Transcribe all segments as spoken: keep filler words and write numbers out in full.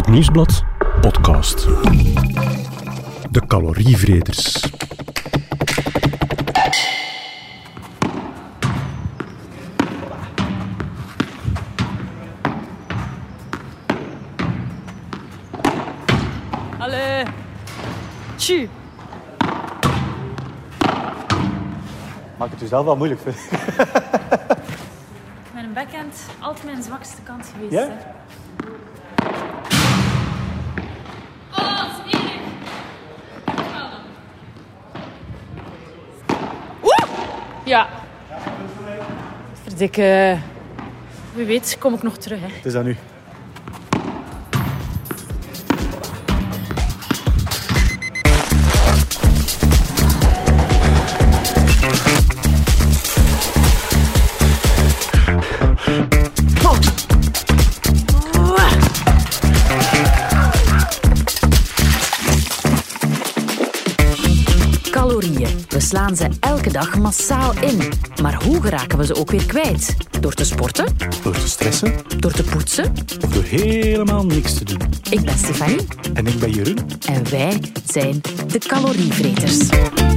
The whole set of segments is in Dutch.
Het Nieuwsblad podcast. De calorievreters. Allee. Tju. Maak het jezelf wel moeilijk, vind ik. Mijn backhand altijd mijn zwakste kant geweest. Ja? Hè. Oh, dat is eerlijk. Oeh! Ja. Verdikke. Wie weet kom ik nog terug, hè. Het is aan u. Calorieën. We slaan ze elke dag massaal in. Maar hoe geraken we ze ook weer kwijt? Door te sporten? Door te stressen Door te poetsen? of door helemaal niks te doen. Ik ben Stefanie En ik ben Jeroen. en wij zijn de calorievreters.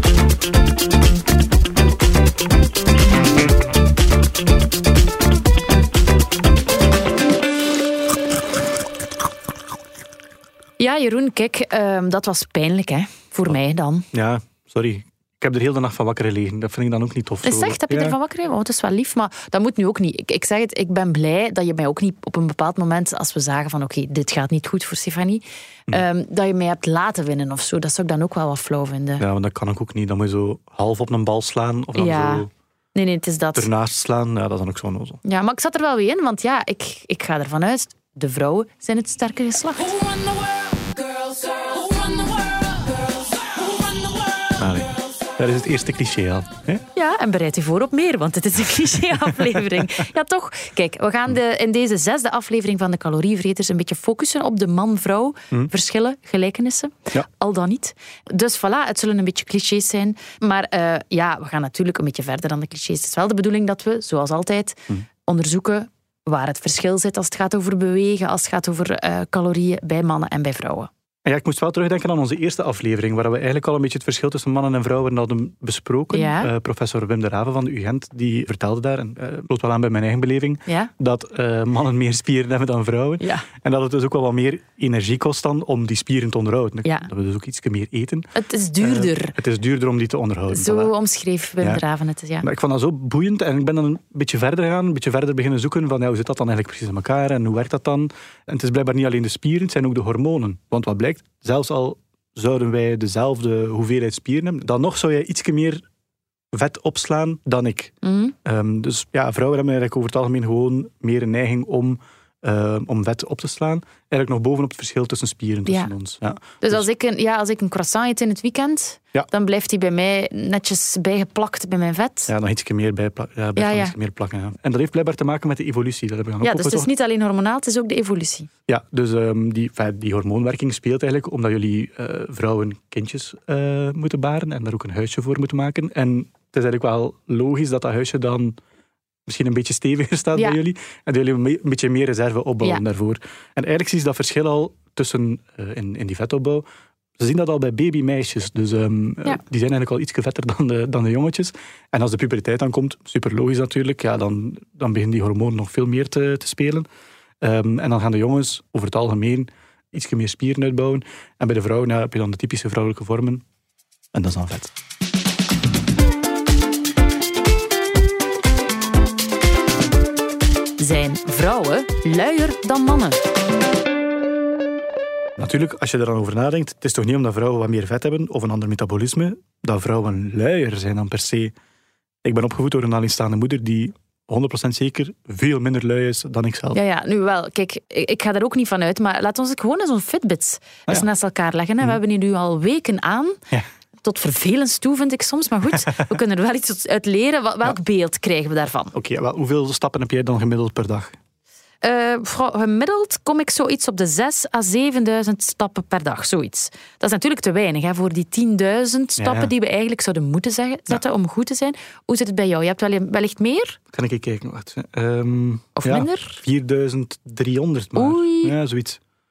Ja, Jeroen, kijk, ehm, dat was pijnlijk, hè? Voor mij dan. Ja, sorry. Ik heb er heel de nacht van wakker gelegen. Dat vind ik dan ook niet tof. Is zo. echt? Heb je Ja. ervan wakker? Oh, het is wel lief, maar dat moet nu ook niet. Ik, ik zeg het, ik ben blij dat je mij ook niet op een bepaald moment, als we zagen van oké, dit gaat niet goed voor Stefanie, Hm. ehm, dat je mij hebt laten winnen of zo. Dat zou ik dan ook wel wat flauw vinden. Ja, want dat kan ik ook niet. Dan moet je zo half op een bal slaan of dan Ja. zo Nee, nee, het is dat. ernaast slaan. Ja, dat is dan ook zo onnozel. Ja, maar ik zat er wel weer in, want ja, ik, ik ga ervan uit, de vrouwen zijn het sterke geslacht. Allee. Dat is het eerste cliché al. Hè? Ja, en bereid je voor op meer, want het is een cliché-aflevering. Ja, toch? Kijk, we gaan de, in deze zesde aflevering van de Calorievreters een beetje focussen op de man-vrouw. Verschillen, gelijkenissen. Ja. Al dan niet. Dus voilà, het zullen een beetje clichés zijn. Maar uh, ja, we gaan natuurlijk een beetje verder dan de clichés. Het is wel de bedoeling dat we, zoals altijd, onderzoeken waar het verschil zit als het gaat over bewegen, als het gaat over uh, calorieën bij mannen en bij vrouwen. Ja, ik moest wel terugdenken aan onze eerste aflevering, waar we eigenlijk al een beetje het verschil tussen mannen en vrouwen hadden besproken. Ja. Uh, professor Wim de Raven van de U Gent, die vertelde daar, en uh, sloot wel aan bij mijn eigen beleving, Ja? dat uh, mannen meer spieren hebben dan vrouwen. Ja. En dat het dus ook wel wat meer energie kost dan om die spieren te onderhouden. Ja. Dat we dus ook iets meer eten. Het is duurder. Uh, het is duurder om die te onderhouden. Zo Voilà. omschreef Wim Ja. de Raven het. Ja. Maar ik vond dat zo boeiend en ik ben dan een beetje verder gegaan, een beetje verder beginnen zoeken van ja, hoe zit dat dan eigenlijk precies in elkaar en hoe werkt dat dan? En het is blijkbaar niet alleen de spieren, het zijn ook de hormonen. Want wat blijkt, zelfs al zouden wij dezelfde hoeveelheid spieren hebben, dan nog zou jij ietsje meer vet opslaan dan ik. Mm. Um, dus ja, vrouwen hebben eigenlijk over het algemeen gewoon meer een neiging om, uh, om vet op te slaan. Eigenlijk nog bovenop het verschil tussen spieren tussen Ja. ons. Ja. Dus als ik, een, ja, als ik een croissant eet in het weekend, Ja. dan blijft die bij mij netjes bijgeplakt bij mijn vet. Ja, nog ietsje meer bij ja, blijft Ja, nog ja. ietsje meer plakken. Ja. En dat heeft blijkbaar te maken met de evolutie. Dat heb ik dan Ja, ook dus het is opgezocht. niet alleen hormonaal, het is ook de evolutie. Ja, dus um, die, enfin, die hormoonwerking speelt eigenlijk omdat jullie uh, vrouwen kindjes uh, moeten baren en daar ook een huisje voor moeten maken. En het is eigenlijk wel logisch dat dat huisje dan misschien een beetje steviger staat Ja. bij jullie. En dat jullie een me- beetje meer reserve opbouwen Ja. daarvoor. En eigenlijk zie je dat verschil al tussen uh, in, in die vetopbouw. Ze zien dat al bij babymeisjes. Dus um, uh, Ja. die zijn eigenlijk al iets vetter dan de, dan de jongetjes. En als de puberteit dan komt, super logisch natuurlijk, ja, dan, dan beginnen die hormonen nog veel meer te, te spelen. Um, en dan gaan de jongens over het algemeen iets meer spieren uitbouwen. En bij de vrouwen ja, heb je dan de typische vrouwelijke vormen. En dat is dan vet. Zijn vrouwen luier dan mannen? Natuurlijk, als je er dan over nadenkt, het is toch niet omdat vrouwen wat meer vet hebben of een ander metabolisme, dat vrouwen luier zijn dan per se. Ik ben opgevoed door een alleenstaande moeder die honderd procent zeker veel minder lui is dan ik zelf. Ja, ja, nu wel. Kijk, ik ik ga er ook niet van uit, maar laat ons het gewoon eens zo'n Fitbits eens ja. naast elkaar leggen. Hè. We hebben hier nu al weken aan. Ja. Tot vervelens toe, vind ik soms. Maar goed, we kunnen er wel iets uit leren. Wel- Welk beeld krijgen we daarvan? Oké, wel, hoeveel stappen heb jij dan gemiddeld per dag? Uh, gemiddeld kom ik zoiets op de zes à zevenduizend stappen per dag. Zoiets. Dat is natuurlijk te weinig hè, voor die tienduizend stappen Ja, ja. die we eigenlijk zouden moeten zeggen, zetten om goed te zijn. Hoe zit het bij jou? Je hebt wel, wellicht meer? Kan ik even kijken? Wacht. Um, Of ja, minder? vierduizend driehonderd maar. Oei. Ja, zoiets.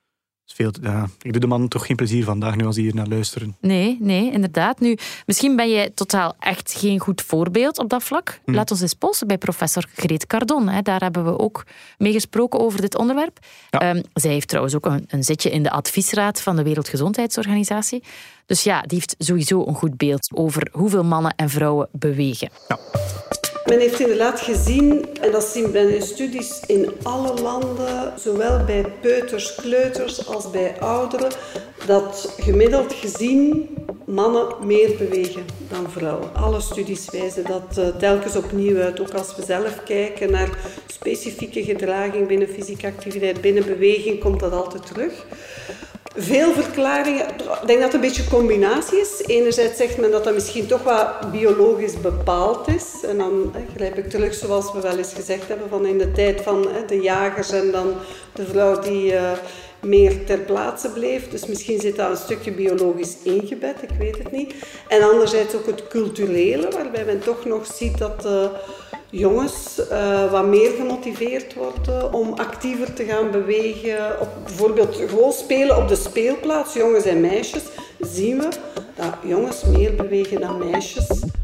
Veel, ja. Ik doe de man toch geen plezier vandaag nu als die hier naar luisteren. Nee, nee, inderdaad. Nu, misschien ben jij totaal echt geen goed voorbeeld op dat vlak. Hm. Laat ons eens polsen bij professor Greet Cardon. Hè. Daar hebben we ook mee gesproken over dit onderwerp. Ja. Um, zij heeft trouwens ook een, een zitje in de adviesraad van de Wereldgezondheidsorganisatie. Dus ja, die heeft sowieso een goed beeld over hoeveel mannen en vrouwen bewegen. Ja. Men heeft inderdaad gezien, en dat zien we in studies in alle landen, zowel bij peuters, kleuters als bij ouderen, dat gemiddeld gezien mannen meer bewegen dan vrouwen. Alle studies wijzen dat uh, telkens opnieuw uit. Ook als we zelf kijken naar specifieke gedraging binnen fysieke activiteit, binnen beweging, komt dat altijd terug. Veel verklaringen, ik denk dat het een beetje een combinatie is. Enerzijds zegt men dat dat misschien toch wat biologisch bepaald is. En dan hè, grijp ik terug zoals we wel eens gezegd hebben, van in de tijd van hè, de jagers en dan de vrouw die uh, meer ter plaatse bleef. Dus misschien zit dat een stukje biologisch ingebed, ik weet het niet. En anderzijds ook het culturele, waarbij men toch nog ziet dat uh, jongens uh, wat meer gemotiveerd worden om actiever te gaan bewegen. Op, bijvoorbeeld gewoon spelen op de speelplaats, jongens en meisjes, zien we dat jongens meer bewegen dan meisjes.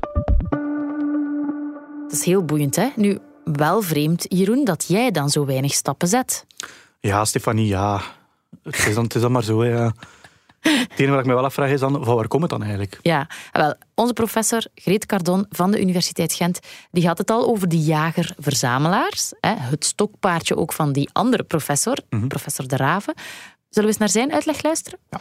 Dat is heel boeiend, hè? Nu, wel vreemd, Jeroen, dat jij dan zo weinig stappen zet. Ja, Stefanie, ja. Het is dan, het is dan maar zo, hè, ja. Het enige wat ik me wel afvraag is dan, van waar komt het dan eigenlijk? Ja, wel, onze professor Greet Cardon van de Universiteit Gent, die had het al over die jager-verzamelaars. Hè, het stokpaardje ook van die andere professor, mm-hmm. professor De Raven. Zullen we eens naar zijn uitleg luisteren? Ja.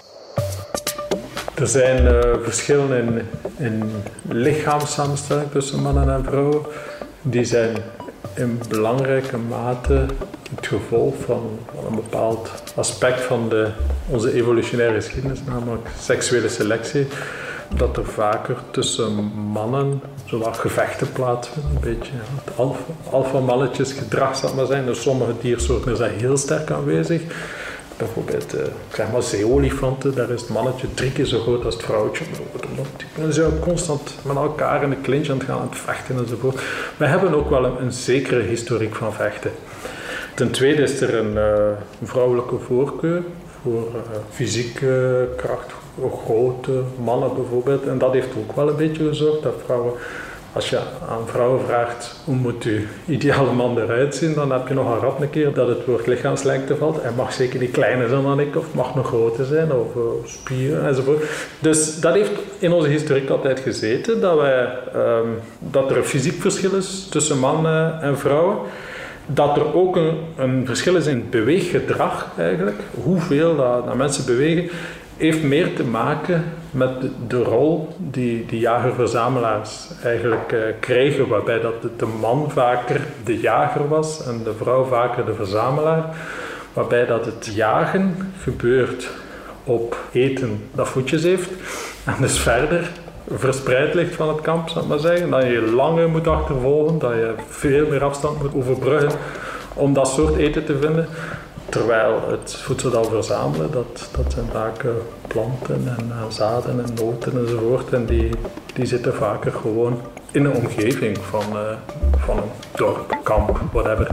Er zijn uh, verschillen in, in lichaamssamenstelling tussen mannen en vrouwen. Die zijn in belangrijke mate het gevolg van, van een bepaald aspect van de, onze evolutionaire geschiedenis, namelijk seksuele selectie. Dat er vaker tussen mannen zowat gevechten plaatsvinden. Een beetje ja, het alfa, alfa-mannetjes gedrag, zal maar zijn. Dus sommige diersoorten zijn heel sterk aanwezig. Bijvoorbeeld, uh, zeg maar, zeeolifanten, daar is het mannetje drie keer zo groot als het vrouwtje. Die zijn constant met elkaar in de clinch aan het gaan, aan het vechten enzovoort. We hebben ook wel een, een zekere historiek van vechten. Ten tweede is er een uh, vrouwelijke voorkeur voor uh, fysieke kracht, voor grote mannen bijvoorbeeld. En dat heeft ook wel een beetje gezorgd dat vrouwen, als je aan vrouwen vraagt hoe moet je ideale man eruit zien, dan heb je nog een rap een keer dat het woord lichaamslengte valt. Hij mag zeker niet kleiner zijn dan ik, of het mag nog groter zijn, of uh, spieren enzovoort. Dus dat heeft in onze historiek altijd gezeten, dat, wij, um, dat er een fysiek verschil is tussen mannen en vrouwen. Dat er ook een, een verschil is in beweeggedrag eigenlijk, hoeveel dat, dat mensen bewegen, heeft meer te maken met de, de rol die de jager-verzamelaars eigenlijk uh, kregen, waarbij dat de, de man vaker de jager was en de vrouw vaker de verzamelaar, waarbij dat het jagen gebeurt op eten dat voetjes heeft en dus verder verspreid ligt van het kamp, zal ik maar zeggen, dat je langer moet achtervolgen, dat je veel meer afstand moet overbruggen om dat soort eten te vinden. Terwijl het voedsel dat we verzamelen, dat, dat zijn vaak planten en, en zaden en noten enzovoort. En die, die zitten vaker gewoon in een omgeving van, uh, van een dorp, kamp, whatever.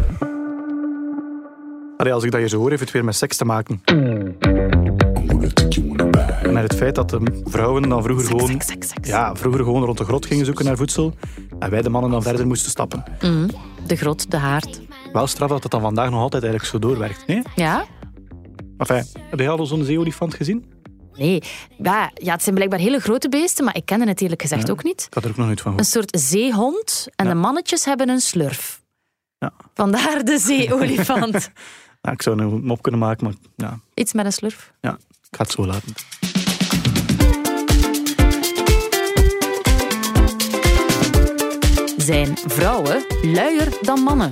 Allee, als ik dat hier zo hoor, heeft het weer met seks te maken. Met het feit dat de vrouwen dan vroeger seks, gewoon, seks, seks, seks. Ja, vroeger gewoon rond de grot gingen zoeken naar voedsel en wij de mannen dan verder moesten stappen. Mm, de grot, de haard. Wel straf dat het dan vandaag nog altijd eigenlijk zo doorwerkt, nee? Ja? Enfin, heb je al zo'n zeeolifant gezien? Nee. Ja, ja, het zijn blijkbaar hele grote beesten, maar ik kende het eerlijk gezegd Ja, ook niet. Ik had er ook nog nooit van Een gehoord. soort zeehond en Ja. de mannetjes hebben een slurf. Ja. Vandaar de zeeolifant. Ja, ik zou een mop kunnen maken, maar ja, Iets met een slurf. ja, ik ga het zo laten. Zijn vrouwen luier dan mannen?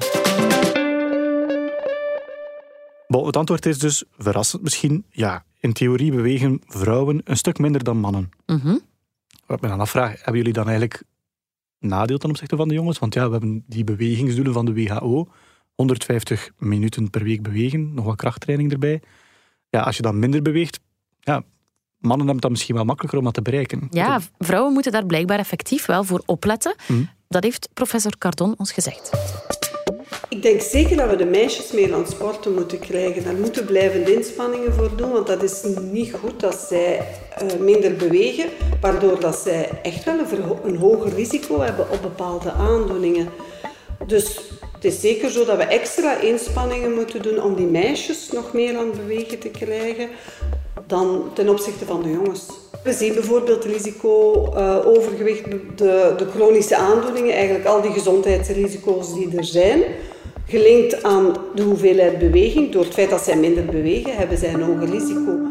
Bon, het antwoord is dus, verrassend misschien, ja, in theorie bewegen vrouwen een stuk minder dan mannen. Mm-hmm. Wat ik me dan afvraag, hebben jullie dan eigenlijk nadeel ten opzichte van de jongens? Want ja, we hebben die bewegingsdoelen van de W H O. honderdvijftig minuten per week bewegen, nog wat krachttraining erbij. Ja, als je dan minder beweegt, ja, mannen hebben het dan misschien wel makkelijker om dat te bereiken. Ja, vrouwen moeten daar blijkbaar effectief wel voor opletten. Mm. Dat heeft professor Cardon ons gezegd. Ik denk zeker dat we de meisjes meer aan het sporten moeten krijgen. Daar moeten blijvende inspanningen voor doen, want dat is niet goed dat zij uh, minder bewegen, waardoor dat zij echt wel een, verho- een hoger risico hebben op bepaalde aandoeningen. Dus het is zeker zo dat we extra inspanningen moeten doen om die meisjes nog meer aan het bewegen te krijgen dan ten opzichte van de jongens. We zien bijvoorbeeld het risico uh, overgewicht, de, de chronische aandoeningen, eigenlijk al die gezondheidsrisico's die er zijn. Gelinkt aan de hoeveelheid beweging, door het feit dat zij minder bewegen, hebben zij een hoger risico.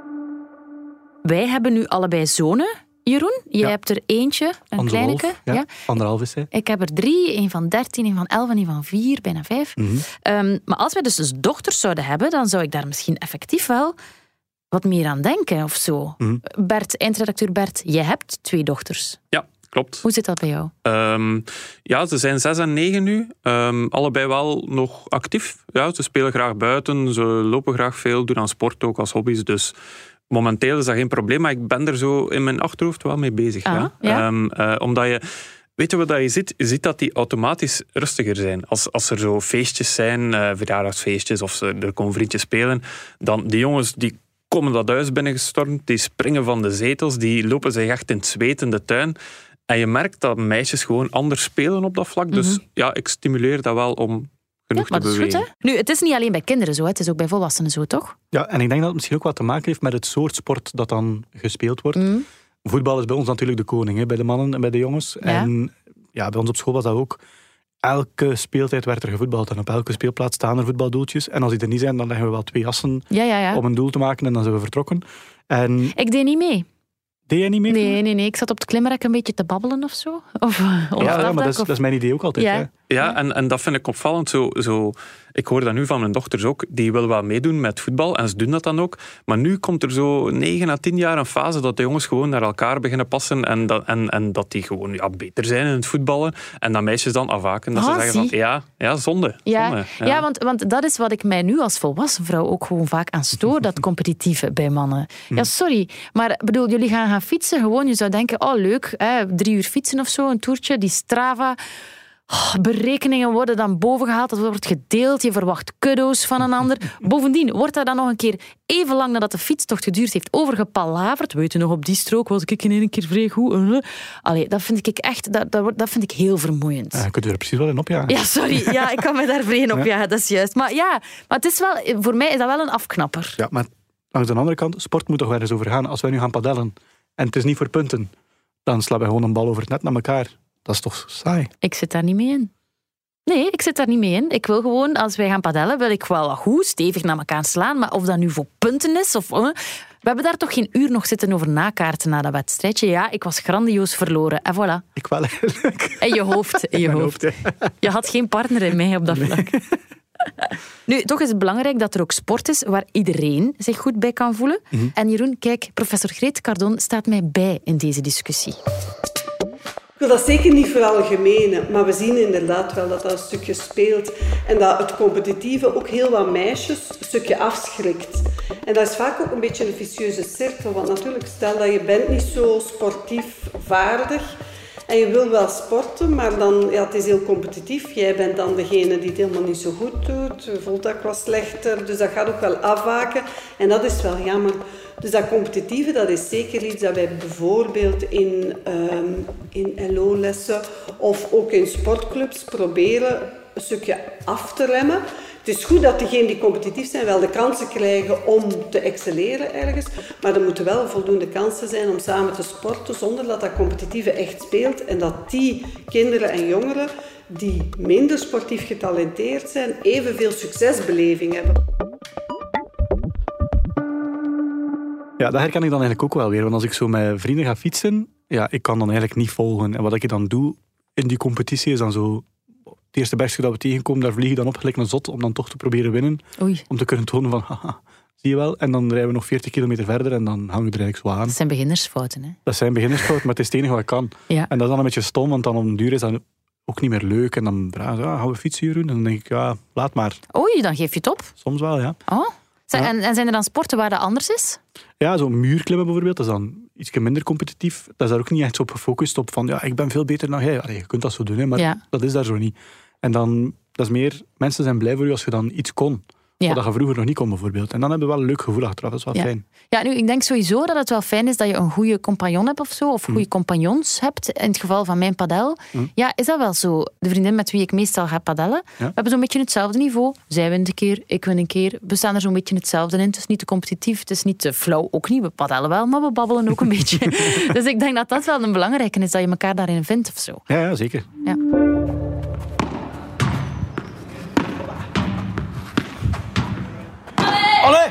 Wij hebben nu allebei zonen, Jeroen. Je Ja. hebt er eentje, een kleineke. Ja, Ja. Anderhalf is hij. Ik heb er drie, een van dertien, een van elf en een van vier, bijna vijf. Mm-hmm. Um, maar als wij dus, dus dochters zouden hebben, dan zou ik daar misschien effectief wel wat meer aan denken of zo. Mm-hmm. Bert, eindredacteur Bert, jij hebt twee dochters. Ja, klopt. Hoe zit dat bij jou? Um, ja, ze zijn zes en negen nu. Um, allebei wel nog actief. Ja, ze spelen graag buiten, ze lopen graag veel, doen aan sport ook als hobby's. Dus momenteel is dat geen probleem, maar ik ben er zo in mijn achterhoofd wel mee bezig. Ah, ja. ja? Um, uh, omdat je... Weet je wat je ziet? Je ziet dat die automatisch rustiger zijn. Als, als er zo feestjes zijn, uh, verjaardagsfeestjes of ze, er komen vriendjes spelen, dan die jongens die komen dat huis binnengestormd, die springen van de zetels, die lopen zich echt in het zweet in de tuin. En je merkt dat meisjes gewoon anders spelen op dat vlak. Dus Mm-hmm. ja, ik stimuleer dat wel om genoeg Ja, maar te dat is bewegen. goed, hè? Nu, het is niet alleen bij kinderen zo, hè. Het is ook bij volwassenen zo, toch? Ja, en ik denk dat het misschien ook wat te maken heeft met het soort sport dat dan gespeeld wordt. Mm. Voetbal is bij ons natuurlijk de koning, hè, bij de mannen en bij de jongens. Ja. En ja, bij ons op school was dat ook. Elke speeltijd werd er gevoetbald en op elke speelplaats staan er voetbaldoeltjes. En als die er niet zijn, dan leggen we wel twee assen Ja, ja, ja. om een doel te maken en dan zijn we vertrokken. En Ik deed niet mee. deed jij niet mee? Nee, nee, nee. Ik zat op het klimrek een beetje te babbelen of zo. Of, of Ja, ja, afdak, maar dat is, of- dat is mijn idee ook altijd. Ja. Hè. Ja, en, en dat vind ik opvallend. Zo, zo, ik hoor dat nu van mijn dochters ook. Die willen wel meedoen met voetbal en ze doen dat dan ook. Maar nu komt er zo negen à tien jaar een fase dat de jongens gewoon naar elkaar beginnen passen en dat, en, en dat die gewoon ja, beter zijn in het voetballen. En dat meisjes dan afhaken. Dat Ah, ze zeggen van, zie. ja, ja zonde. Ja, zonde ja. want, want dat is wat ik mij nu als volwassen vrouw ook gewoon vaak aan stoor, dat competitieve bij mannen. Ja, sorry, maar bedoel, jullie gaan gaan fietsen, gewoon, je zou denken, oh leuk, hè, drie uur fietsen of zo, een toertje, die Strava... Oh, berekeningen worden dan bovengehaald, dat wordt gedeeld, je verwacht cadeaus van een ander. Bovendien wordt daar dan nog een keer even lang nadat de fietstocht geduurd heeft overgepalaverd. Weet je nog, op die strook was ik in één keer vrij goed. Uh. Allee, dat vind ik echt, dat, dat, dat vind ik heel vermoeiend. Ja, je kunt er precies wel in opjagen. Ja, sorry. Ja, ik kan me daar vrij in opjagen, dat is juist. Maar ja, maar het is wel, voor mij is dat wel een afknapper. Ja, maar langs de andere kant, sport moet toch wel eens over gaan. Als wij nu gaan padellen en het is niet voor punten, dan slaan wij gewoon een bal over het net naar elkaar. Dat is toch saai? Ik zit daar niet mee in. Nee, ik zit daar niet mee in. Ik wil gewoon, als wij gaan padellen, wil ik wel goed stevig naar elkaar slaan. Maar of dat nu voor punten is of... Uh, we hebben daar toch geen uur nog zitten over nakaarten na dat wedstrijdje. Ja, ik was grandioos verloren. En voilà. Ik wel eigenlijk. In je hoofd. In je Mijn hoofd. hoofd, ja. Je had geen partner in mij op dat vlak. Nu, toch is het belangrijk dat er ook sport is waar iedereen zich goed bij kan voelen. Mm-hmm. En Jeroen, kijk, professor Greet Cardon staat mij bij in deze discussie. Ik wil dat zeker niet veralgemenen, maar we zien inderdaad wel dat dat een stukje speelt en dat het competitieve ook heel wat meisjes een stukje afschrikt. En dat is vaak ook een beetje een vicieuze cirkel, want natuurlijk, stel dat je bent niet zo sportief vaardig en je wil wel sporten, maar dan, ja, het is heel competitief. Jij bent dan degene die het helemaal niet zo goed doet, je voelt dat wat slechter, dus dat gaat ook wel afwaken en dat is wel jammer. Dus dat competitieve, dat is zeker iets dat wij bijvoorbeeld in, um, in L O-lessen of ook in sportclubs proberen een stukje af te remmen. Het is goed dat diegenen die competitief zijn wel de kansen krijgen om te excelleren ergens, maar er moeten wel voldoende kansen zijn om samen te sporten zonder dat dat competitieve echt speelt en dat die kinderen en jongeren die minder sportief getalenteerd zijn, evenveel succesbeleving hebben. Ja, dat herken ik dan eigenlijk ook wel weer. Want als ik zo met vrienden ga fietsen, ja, ik kan dan eigenlijk niet volgen. En wat ik dan doe in die competitie is dan zo... Het eerste bergje dat we tegenkomen, daar vlieg ik dan op gelijk een zot om dan toch te proberen winnen. Oei. Om te kunnen tonen van, haha, zie je wel. En dan rijden we nog veertig kilometer verder en dan hangen we er eigenlijk zo aan. Dat zijn beginnersfouten, hè? Dat zijn beginnersfouten, maar het is het enige wat ik kan. Ja. En dat is dan een beetje stom, want dan om een duur is dat ook niet meer leuk. En dan vragen ze, ja, gaan we fietsen hier doen? En dan denk ik, ja, laat maar. Oei, dan geef je het op. Soms wel, ja. Oh. Zijn, Ja. en, en zijn er dan sporten waar dat anders is? Ja, zo'n muurklimmen bijvoorbeeld, dat is dan iets minder competitief. Dat is daar ook niet echt zo op gefocust op van, ja, ik ben veel beter dan jij. Allee, je kunt dat zo doen, hè, maar Ja. dat is daar zo niet. En dan Dat is meer, mensen zijn blij voor je als je dan iets kon. Ja. Wat je vroeger nog niet kon, bijvoorbeeld. En dan hebben we wel een leuk gevoel achteraf. Dat is wel Ja. fijn. Ja, nu, ik denk sowieso dat het wel fijn is dat je een goede compagnon hebt of zo, of goede compagnons hebt. In het geval van mijn padel. Mm. Ja, is dat wel zo? De vriendin met wie ik meestal ga padellen, we hebben zo'n beetje hetzelfde niveau. Zij wint een keer, ik win een keer. We staan er zo'n beetje hetzelfde in. Het is niet te competitief, het is niet te flauw. Ook niet, we padellen wel, maar we babbelen ook een beetje. Dus ik denk dat dat wel een belangrijke is, dat je elkaar daarin vindt of zo. Ja, ja zeker. Ja. Allee!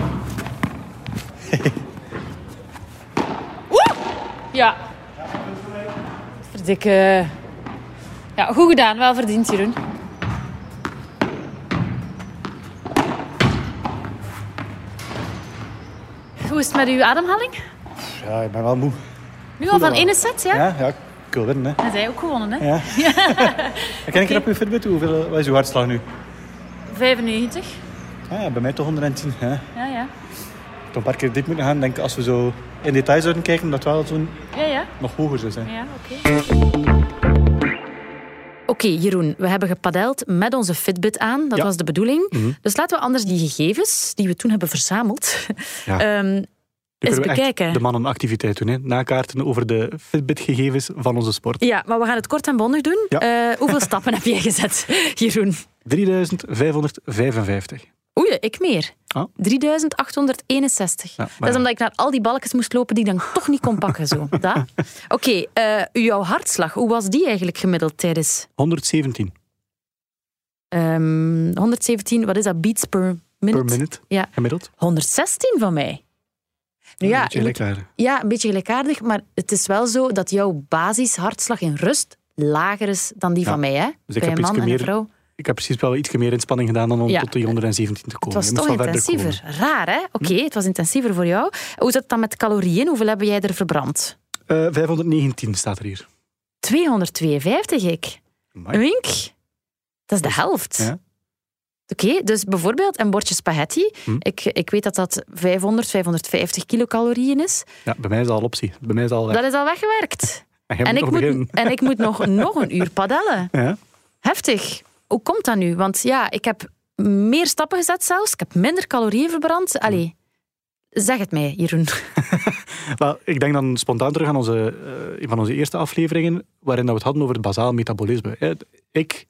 Ja. Verdikke. Ja, goed gedaan. Wel verdiend, Jeroen. Hoe is het met uw ademhaling? Ja, ik ben wel moe. Nu al van ene set, ja? Ja, ja, ik wil winnen. Hè. En zij ook gewonnen, hè? Ja. Ken ik er op uw Fitbit? Hoeveel, wat is uw hartslag nu? vijfennegentig. Ah, ja, bij mij toch honderdtien. Ja. Ja, ja. Toch een paar keer dit moeten gaan. Ik denk als we zo in detail zouden kijken, dat het wel zo'n Ja, ja. nog hoger zou zijn. Ja, oké. Oké, Jeroen, we hebben gepadeld met onze Fitbit aan. Dat Ja. was de bedoeling. Mm-hmm. Dus laten we anders die gegevens die we toen hebben verzameld Ja. ehm, Nu eens kunnen we echt bekijken. de mannenactiviteit doen. Hè. Nakaarten over de Fitbit-gegevens van onze sport. Ja, maar we gaan het kort en bondig doen. Ja. Eh, hoeveel stappen heb jij gezet, Jeroen? drieduizend vijfhonderdvijfenvijftig. Oei, ik meer. Ah. drieduizend achthonderdeenenzestig. Ja, dat maar is ja. omdat ik naar al die balkjes moest lopen die ik dan toch niet kon pakken. Zo. Dat. Oké, eh, jouw hartslag, hoe was die eigenlijk gemiddeld tijdens? honderdzeventien Ehm, honderdzeventien, wat is dat? Beats per minute? per minute Ja. gemiddeld. honderdzestien van mij. Nu ja, Een beetje je moet- gelijkaardig. ja, een beetje gelijkaardig, maar het is wel zo dat jouw basishartslag in rust lager is dan die Ja. van mij. Hè? Dus ik Bij heb een man ietsje en een meer- vrouw. Ik heb precies wel iets meer inspanning gedaan dan om Ja. tot die honderdzeventien te Het komen. was Je moest toch wel verder intensiever. komen. Raar, hè? Oké, het was intensiever voor jou. Hoe zit het dan met calorieën? Hoeveel heb jij er verbrand? Eh, vijfhonderdnegentien staat er hier. tweehonderdtweeënvijftig, ik. Amai. Wink. Dat is de helft. Ja. Oké, dus bijvoorbeeld een bordje spaghetti. Hm. Ik, ik weet dat dat vijfhonderd, vijfhonderdvijftig kilocalorieën is. Ja, bij mij is dat al optie. Bij mij is dat al weg. Dat is al weggewerkt. En jij En moet ik nog moet, beginnen. en ik moet nog, nog een uur padellen. Ja. Heftig. Hoe komt dat nu? Want ja, ik heb meer stappen gezet zelfs. Ik heb minder calorieën verbrand. Allee, zeg het mij, Jeroen. Wel, ik denk dan spontaan terug aan onze, eh, een van onze eerste afleveringen, waarin dat we het hadden over het bazaal metabolisme. Hè. Ik,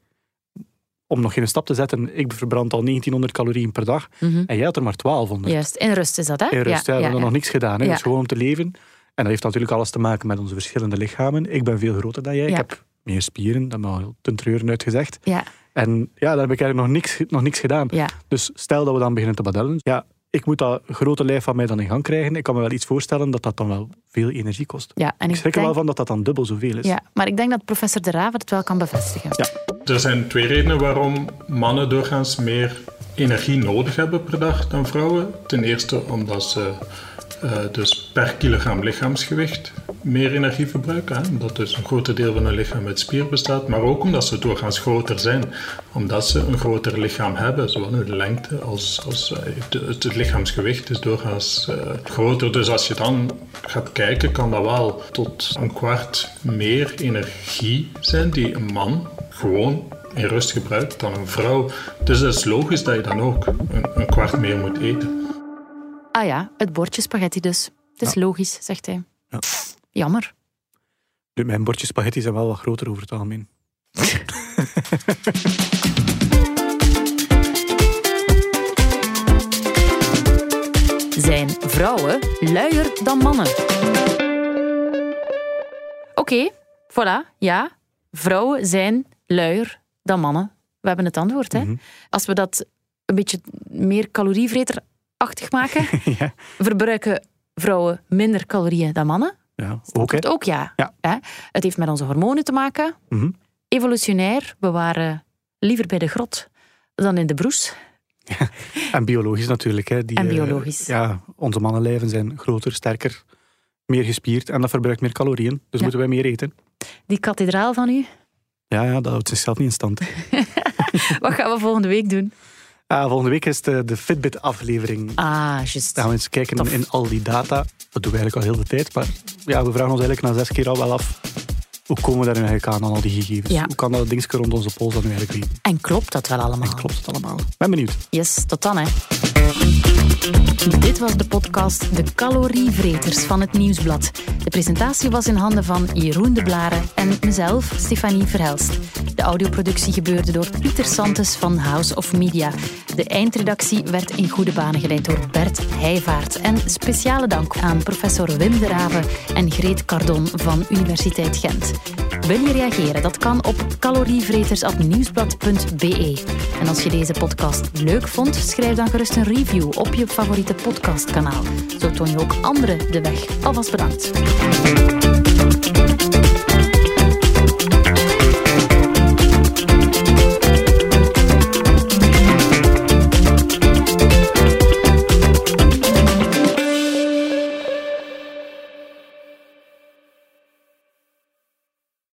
om nog geen stap te zetten, ik verbrand al negentienhonderd calorieën per dag. Mhm. En jij had er maar twaalfhonderd. Juist, in rust is dat, hè? In rust, ja, we hebben nog niks gedaan. Hè. Ja. Dat is gewoon om te leven. En dat heeft natuurlijk alles te maken met onze verschillende lichamen. Ik ben veel groter dan jij. Ja. Ik heb meer spieren, dat hebben we al ten treuren uitgezegd. Ja, En ja, daar heb ik eigenlijk nog niks, nog niks gedaan. ja. Dus stel dat we dan beginnen te padellen. Ja, ik moet dat grote lijf van mij dan in gang krijgen. Ik kan me wel iets voorstellen dat dat dan wel veel energie kost. ja. En Ik ik schrik er denk, wel van dat dat dan dubbel zoveel is. ja, maar ik denk dat professor De Raven het wel kan bevestigen. Ja. Er zijn twee redenen waarom mannen doorgaans meer energie nodig hebben per dag dan vrouwen. Ten eerste omdat ze uh, dus per kilogram lichaamsgewicht meer energie verbruiken. Hè? Omdat dus een groter deel van hun lichaam uit spier bestaat. Maar ook omdat ze doorgaans groter zijn. Omdat ze een groter lichaam hebben. Zowel in de lengte als, als uh, de, het lichaamsgewicht is doorgaans uh, groter. Dus als je dan gaat kijken, kan dat wel tot een kwart meer energie zijn die een man gewoon in rust gebruikt dan een vrouw. Dus het is logisch dat je dan ook een, een kwart meer moet eten. Ah ja, het bordje spaghetti dus. Het is logisch, zegt hij. Ja. Jammer. Nu, mijn bordjes spaghetti zijn wel wat groter over het algemeen. Zijn vrouwen luier dan mannen? Oké, voilà, ja. Vrouwen zijn luier dan mannen. We hebben het antwoord, hè. Mhm. Als we dat een beetje meer calorievreterachtig maken, Ja, verbruiken vrouwen minder calorieën dan mannen. ja ook hè. Het ook ja. Ja. Hè? Het heeft met onze hormonen te maken. Mhm. Evolutionair, we waren liever bij de grot dan in de broes. En biologisch natuurlijk. Hè. Die, En eh, biologisch. ja, onze mannenlijven zijn groter, sterker, meer gespierd en dat verbruikt meer calorieën. Dus Ja. moeten wij meer eten. Die kathedraal van u, Ja, ja, dat houdt zichzelf niet in stand. Hè. wat gaan we volgende week doen? Ah, volgende week is de, de Fitbit-aflevering. Ah, juist. Dan gaan we eens kijken Tof. in al die data. Dat doen we eigenlijk al heel de tijd. Maar ja, we vragen ons eigenlijk na zes keer al wel af. Hoe komen we daar nu eigenlijk aan, aan al die gegevens? Ja. Hoe kan dat dingetje rond onze pols dan nu eigenlijk weten? En klopt dat wel allemaal? En klopt het allemaal? Ben benieuwd. Yes, tot dan hè. Dit was de podcast De Calorievreters van het Nieuwsblad. De presentatie was in handen van Jeroen de Blaren en mezelf, Stefanie Verhelst. De audioproductie gebeurde door Pieter Santes van House of Media. De eindredactie werd in goede banen geleid door Bert Heijvaart. En speciale dank aan professor Wim de Rave en Greet Cardon van Universiteit Gent. Wil je reageren? Dat kan op calorievreters apenstaartje nieuwsblad punt b e. En als je deze podcast leuk vond, schrijf dan gerust een review op je favoriete podcastkanaal. Zo toon je ook anderen de weg. Alvast bedankt.